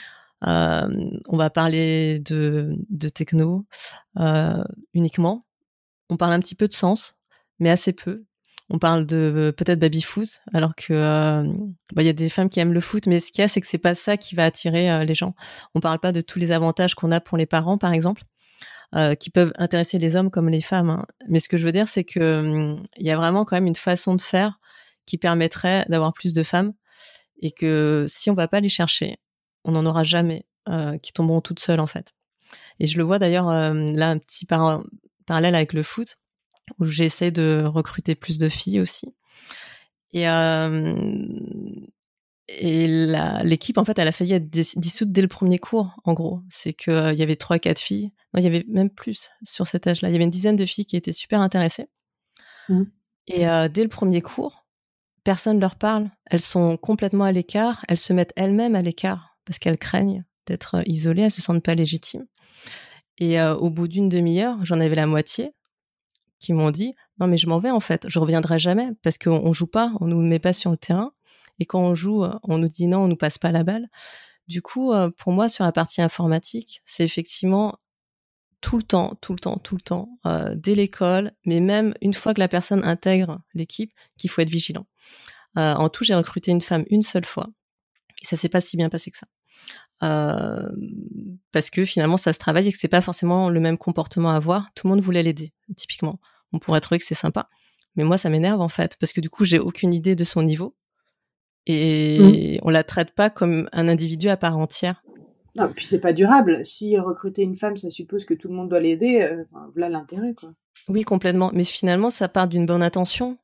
Euh, on va parler de, de techno euh, uniquement. On parle un petit peu de sens, mais assez peu. On parle de peut-être baby-foot, alors que euh, bah, y a des femmes qui aiment le foot, mais ce qu'il y a, c'est que c'est pas ça qui va attirer euh, les gens. On parle pas de tous les avantages qu'on a pour les parents, par exemple, euh, qui peuvent intéresser les hommes comme les femmes. Hein. Mais ce que je veux dire, c'est que il y a vraiment quand même une façon de faire qui permettrait d'avoir plus de femmes, et que si on va pas les chercher, on n'en aura jamais euh, qui tomberont toutes seules en fait. Et je le vois d'ailleurs euh, là un petit par- parallèle avec le foot, où j'essaie de recruter plus de filles aussi. Et, euh, et la, l'équipe, en fait, elle a failli être dis- dissoute dès le premier cours, en gros. C'est qu'il euh, y avait trois, quatre filles. Non, il y avait même plus sur cet âge-là. Il y avait une dizaine de filles qui étaient super intéressées. Mmh. Et euh, dès le premier cours, personne leur parle. Elles sont complètement à l'écart. Elles se mettent elles-mêmes à l'écart parce qu'elles craignent d'être isolées. Elles se sentent pas légitimes. Et euh, au bout d'une demi-heure, j'en avais la moitié qui m'ont dit non mais je m'en vais en fait, je reviendrai jamais parce qu'on on joue pas, on nous met pas sur le terrain, et quand on joue, on nous dit non, on nous passe pas la balle. Du coup, pour moi, sur la partie informatique, c'est effectivement tout le temps, tout le temps, tout le temps, euh, dès l'école, mais même une fois que la personne intègre l'équipe, qu'il faut être vigilant. Euh, en tout, j'ai recruté une femme une seule fois, et ça s'est pas si bien passé que ça. Euh, parce que finalement, ça se travaille et que c'est pas forcément le même comportement à avoir. Tout le monde voulait l'aider, typiquement. On pourrait trouver que c'est sympa, mais moi, ça m'énerve en fait, parce que du coup, j'ai aucune idée de son niveau et Mmh. on la traite pas comme un individu à part entière. Non, puis c'est pas durable. Si recruter une femme, ça suppose que tout le monde doit l'aider, euh, enfin, voilà l'intérêt, quoi. Oui, complètement. Mais finalement, ça part d'une bonne intention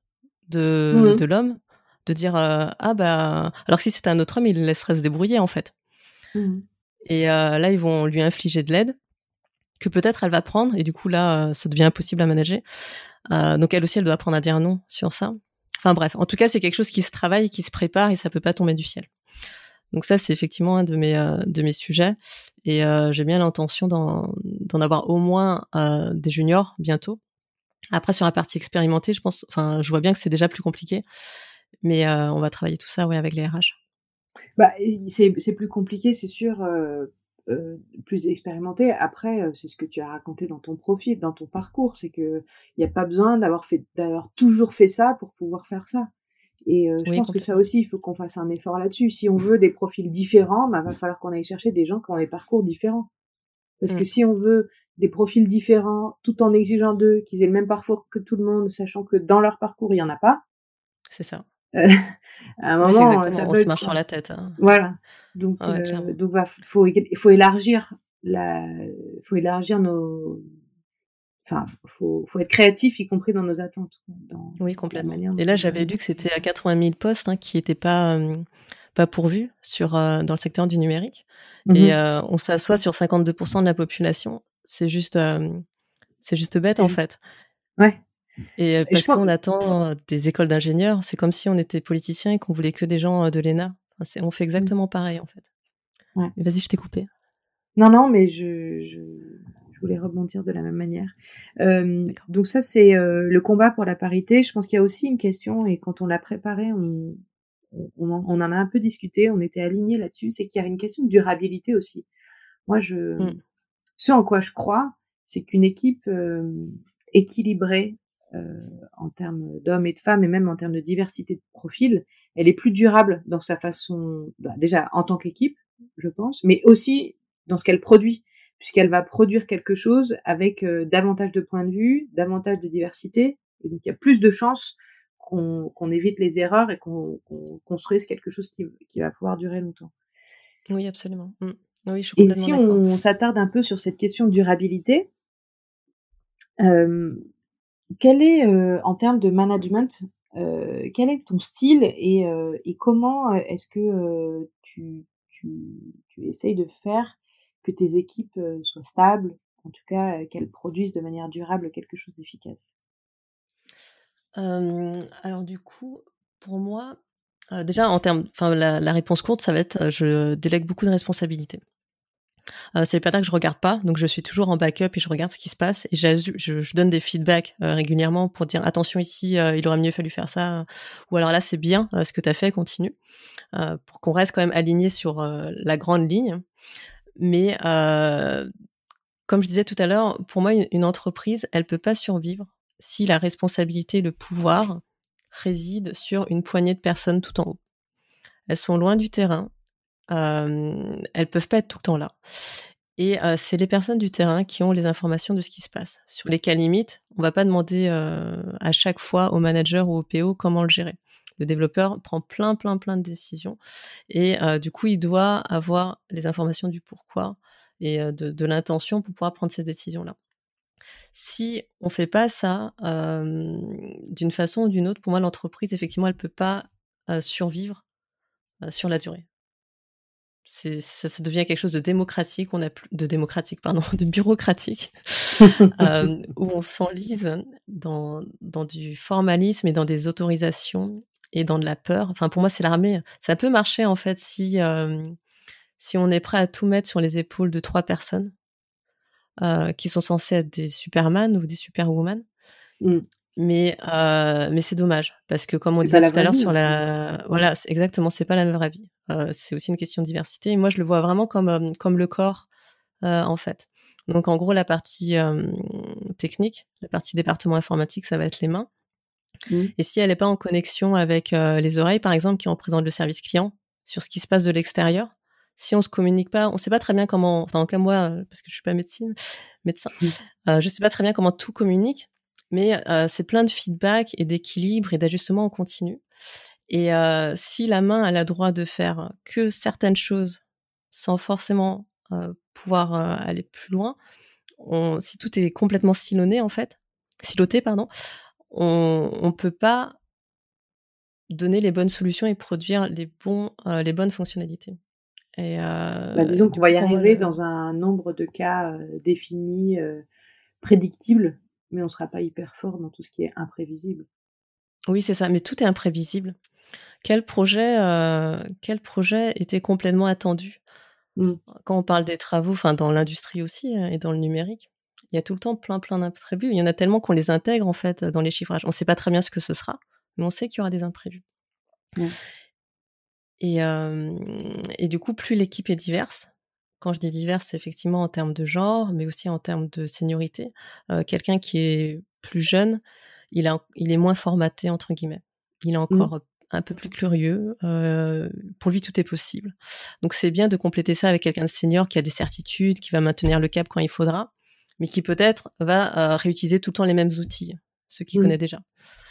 de, Mmh. de l'homme, de dire euh, ah bah alors que si c'était un autre homme, il le laisserait se débrouiller en fait. Mmh. Et euh, là, ils vont lui infliger de l'aide que peut-être elle va prendre, et du coup là, ça devient impossible à manager. Euh, donc elle aussi, elle doit apprendre à dire non sur ça. Enfin bref, en tout cas, c'est quelque chose qui se travaille, qui se prépare, et ça peut pas tomber du ciel. Donc ça, c'est effectivement un de mes euh, de mes sujets, et euh, j'ai bien l'intention d'en d'en avoir au moins euh, des juniors bientôt. Après, sur la partie expérimentée, je pense, enfin, je vois bien que c'est déjà plus compliqué, mais euh, on va travailler tout ça, ouais, avec les R H. Bah, c'est c'est plus compliqué, c'est sûr, heu heu, plus expérimenté. Après, heu, c'est ce que tu as raconté dans ton profil, dans ton parcours, c'est qu'il y a pas besoin d'avoir fait d'avoir toujours fait ça pour pouvoir faire ça. Et heu, je Oui, pense que ça complètement. aussi, il faut qu'on fasse un effort là-dessus. Si on veut des profils différents, bah, va falloir qu'on aille chercher des gens qui ont des parcours différents. Parce que Mm, si on veut des profils différents, tout en exigeant d'eux qu'ils aient le même parcours que tout le monde, sachant que dans leur parcours, il y en a pas, c'est ça. heu, à un Oui, c'est moment, ça exactement. On se bug, marche sur quoi. la tête. Hein. Voilà. Donc, Ah ouais, heu, clairement. donc va faut il faut élargir la faut élargir nos enfin, faut faut être créatif, y compris dans nos attentes, dans Oui, la complètement. manière dont Et là, on j'avais travaille. lu que c'était à quatre-vingt mille postes hein, qui n'étaient pas euh, pas pourvus sur euh, dans le secteur du numérique, et Mmh. euh, on s'assoit sur cinquante-deux pour cent de la population. C'est juste euh, c'est juste bête C'est en juste fait. ouais. Et euh, Et je parce pense qu'on attend euh, des écoles d'ingénieurs, c'est comme si on était politicien et qu'on voulait que des gens euh, de l'E N A. Enfin, c'est, on fait mmh, exactement pareil en fait. ouais. Mais vas-y, je t'ai coupé. Non, non, mais je je je voulais rebondir de la même manière. Hem, D'accord. donc ça, c'est, heu, le combat pour la parité. Je pense qu'il y a aussi une question et quand on l'a préparé, on on on en on en a un peu discuté, on était alignés là-dessus, c'est qu'il y a une question de durabilité aussi. Moi, je Mm. ce en quoi je crois, c'est qu'une équipe, hem, équilibrée, heu, en termes d'hommes et de femmes et même en termes de diversité de profils, elle est plus durable dans sa façon bah, déjà en tant qu'équipe, je pense, mais aussi dans ce qu'elle produit, puisqu'elle va produire quelque chose avec, heu, davantage de points de vue, davantage de diversité et donc il y a plus de chances qu'on qu'on évite les erreurs et qu'on qu'on construise quelque chose qui qui va pouvoir durer longtemps. Oui, absolument. Mm. Oui, je suis Et complètement si d'accord. on s'attarde un peu sur cette question de durabilité, hem, quel est, heu, en termes de management, heu, quel est ton style et heu et comment, heu, est-ce que, heu, tu tu tu essayes de faire que tes équipes, heu, soient stables, en tout cas, heu, qu'elles produisent de manière durable quelque chose d'efficace? Euh, alors du coup, pour moi, euh, déjà en termes, enfin la, la réponse courte, ça va être, euh, je délègue beaucoup de responsabilités. Euh, ça veut pas dire que je regarde pas, donc je suis toujours en backup et je regarde ce qui se passe et je, je donne des feedbacks euh, régulièrement pour dire attention ici, euh, il aurait mieux fallu faire ça, ou alors là c'est bien euh, ce que tu as fait, continue, euh, pour qu'on reste quand même aligné sur euh, la grande ligne. Mais euh, comme je disais tout à l'heure, pour moi, une, une entreprise, elle peut pas survivre si la responsabilité, le pouvoir réside sur une poignée de personnes tout en haut. Elles sont loin du terrain, euh, elles peuvent pas être tout le temps là. Et euh, c'est les personnes du terrain qui ont les informations de ce qui se passe. Sur les cas limites, on va pas demander euh, à chaque fois au manager ou au P O comment le gérer. Le développeur prend plein, plein, plein de décisions et euh, du coup, il doit avoir les informations du pourquoi et euh, de, de l'intention pour pouvoir prendre ces décisions-là. Si on fait pas ça euh, d'une façon ou d'une autre, pour moi, l'entreprise, effectivement, elle peut pas euh, survivre euh, sur la durée. C'est, ça, ça devient quelque chose de démocratique, on a plus, de démocratique, pardon, de bureaucratique, euh, où on s'enlise dans, dans du formalisme et dans des autorisations et dans de la peur. Enfin, pour moi, c'est l'armée. Ça peut marcher, en fait, si, euh, si on est prêt à tout mettre sur les épaules de trois personnes, euh, qui sont censées être des Superman ou des Superwoman. Mm. Mais, euh, mais c'est dommage, parce que comme on C'est pas disait la tout à vraie l'heure vie, sur en fait. la... Voilà, c'est exactement, c'est pas la vraie vie. Euh, c'est aussi une question de diversité. Et moi, je le vois vraiment comme, euh, comme le corps, euh, en fait. Donc, en gros, la partie euh, technique, la partie département informatique, ça va être les mains. Mm. Et si elle n'est pas en connexion avec euh, les oreilles, par exemple, qui représentent le service client, sur ce qui se passe de l'extérieur, si on se communique pas, on sait pas très bien comment... Enfin, en tout cas, moi, parce que je suis pas médecine, médecin, Mm. euh, je sais pas très bien comment tout communique. Mais euh, c'est plein de feedback et d'équilibre et d'ajustement en continu. Et euh, si la main a le droit de faire que certaines choses sans forcément euh, pouvoir euh, aller plus loin, on, si tout est complètement siloné en fait, siloté pardon, on on peut pas donner les bonnes solutions et produire les bons euh, les bonnes fonctionnalités. Et Bah, euh, disons qu'on du va coup y pour moi arriver le... dans un nombre de cas euh, définis, euh, prédictibles, mais on sera pas hyper fort dans tout ce qui est imprévisible. oui c'est ça, mais tout est imprévisible. Quel projet, euh, quel projet était complètement attendu? Mm. Quand on parle des travaux, enfin dans l'industrie aussi euh, et dans le numérique, il y a tout le temps plein plein d'imprévus. Il y en a tellement qu'on les intègre en fait dans les chiffrages. On ne sait pas très bien ce que ce sera, mais on sait qu'il y aura des imprévus. Ouais. Et, euh, et du coup, plus l'équipe est diverse. Quand je dis diverse, c'est effectivement en termes de genre, mais aussi en termes de seniorité. Euh, quelqu'un qui est plus jeune, il, a, il est moins formaté entre guillemets. Il est Mm. encore un peu plus curieux. Euh, pour lui, tout est possible. Donc, c'est bien de compléter ça avec quelqu'un de senior qui a des certitudes, qui va maintenir le cap quand il faudra, mais qui peut-être va euh, réutiliser tout le temps les mêmes outils, ceux qu'il Mm. connaît déjà.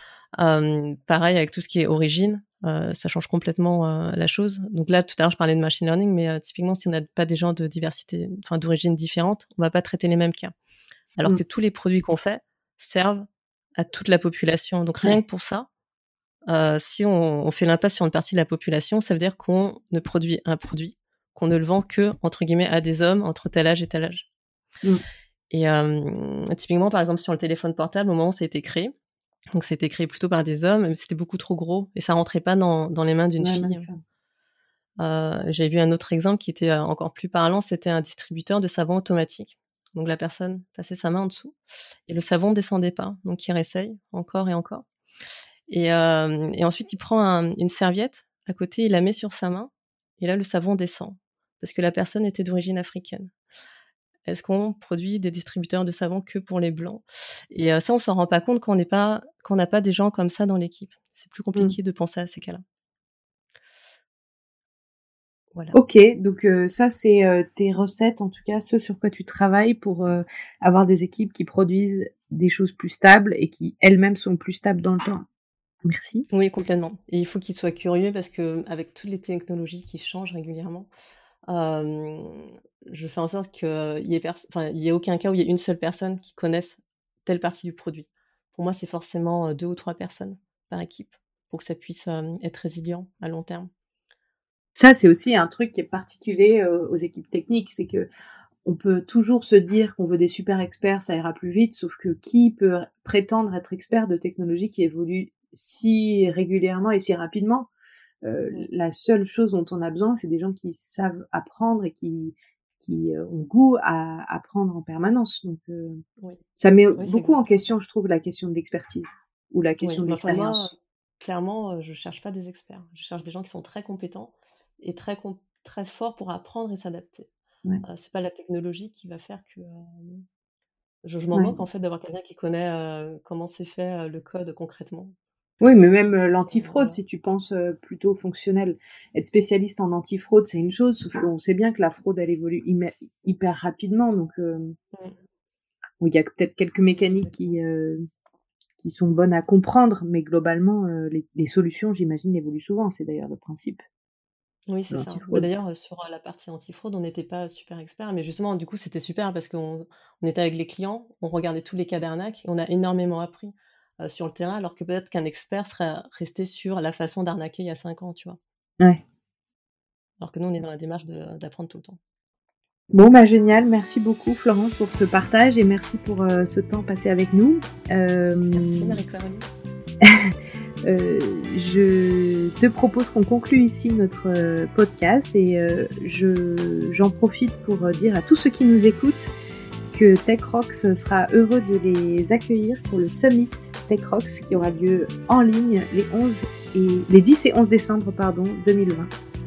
Euh, pareil avec tout ce qui est origine, euh, ça change complètement euh, la chose. Donc là, tout à l'heure, je parlais de machine learning, mais euh, typiquement, si on n'a pas des gens de diversité, enfin d'origine différente, on va pas traiter les mêmes cas. Alors Mm. que tous les produits qu'on fait servent à toute la population. Donc rien Ouais. que pour ça, euh, si on, on fait l'impasse sur une partie de la population, ça veut dire qu'on ne produit un produit, qu'on ne le vend que entre guillemets à des hommes entre tel âge et tel âge. Mm. Et euh, typiquement, par exemple, sur le téléphone portable, au moment où ça a été créé, donc ça a été créé plutôt par des hommes, mais c'était beaucoup trop gros et ça rentrait pas dans, dans les mains d'une Ouais, même fille. ça. Euh, J'avais vu un autre exemple qui était encore plus parlant, c'était un distributeur de savon automatique. Donc la personne passait sa main en dessous et le savon descendait pas, donc il réessaye encore et encore. Et, euh, et ensuite il prend un, une serviette à côté, il la met sur sa main et là le savon descend parce que la personne était d'origine africaine. Est-ce qu'on produit des distributeurs de savon que pour les blancs? Et euh, ça, on s'en rend pas compte quand on n'est pas, quand on n'a pas des gens comme ça dans l'équipe. C'est plus Mm. compliqué de penser à ces cas-là. Voilà. Ok, donc euh, ça c'est euh, tes recettes, en tout cas ce sur quoi tu travailles pour euh, avoir des équipes qui produisent des choses plus stables et qui elles-mêmes sont plus stables dans le temps. Merci. Oui, complètement. Et il faut qu'ils soient curieux parce que avec toutes les technologies qui changent régulièrement, euh, je fais en sorte qu'il y ait, pers- enfin, il y ait aucun cas où il y ait une seule personne qui connaisse telle partie du produit. Pour moi, c'est forcément euh, deux ou trois personnes par équipe pour que ça puisse euh, être résilient à long terme. Ça c'est aussi un truc qui est particulier euh, aux équipes techniques, c'est que on peut toujours se dire qu'on veut des super experts, ça ira plus vite, sauf que qui peut prétendre être expert de technologies qui évoluent si régulièrement et si rapidement? Euh, Oui, la seule chose dont on a besoin, c'est des gens qui savent apprendre et qui, qui euh, ont goût à apprendre en permanence. Donc, euh, oui, ça met oui, c'est beaucoup en exactement ça. question, je trouve, la question de l'expertise ou la question Oui, de mais enfin moi, l'expérience. clairement, euh, je cherche pas des experts. Je cherche des gens qui sont très compétents et très com- très forts pour apprendre et s'adapter. Ouais. Euh, c'est pas la technologie qui va faire que... euh, je je m'en Ouais. moque en fait d'avoir quelqu'un qui connaît euh, comment c'est fait euh, le code concrètement. Oui, mais même, Qui heu, puisse... euh, l'antifraude, voilà. si tu penses, heu, plutôt fonctionnel. Être spécialiste en antifraude, c'est une chose, sauf qu'on sait bien que la fraude, elle évolue hymer hyper rapidement, donc hem, Mm. bon, il y a que peut-être quelques mécaniques qui, heu, qui sont bonnes à comprendre, mais globalement, heu, les les solutions, j'imagine, évoluent souvent. C'est d'ailleurs le principe Oui, de c'est ça. Bah, l'antifraude. d'ailleurs, euh, sur euh, la partie antifraude, on n'était pas super experts, mais justement, du coup, c'était super parce qu'on on était avec les clients, on regardait tous les cas d'arnaque et on a énormément appris euh, sur le terrain, alors que peut-être qu'un expert serait resté sur la façon d'arnaquer il y a cinq ans, tu vois. Ouais. Alors que nous, on est dans la démarche de- d'apprendre tout le temps. Bon, bah, génial. Merci beaucoup, Florence, pour ce partage et merci pour, heu, ce temps passé avec nous. Merci, Hem Marie-Caroline. Euh, je te propose qu'on conclue ici notre euh, podcast et euh, je, j'en profite pour dire à tous ceux qui nous écoutent que TechRox sera heureux de les accueillir pour le Summit TechRox qui aura lieu en ligne les onze et les dix et onze décembre pardon, deux mille vingt.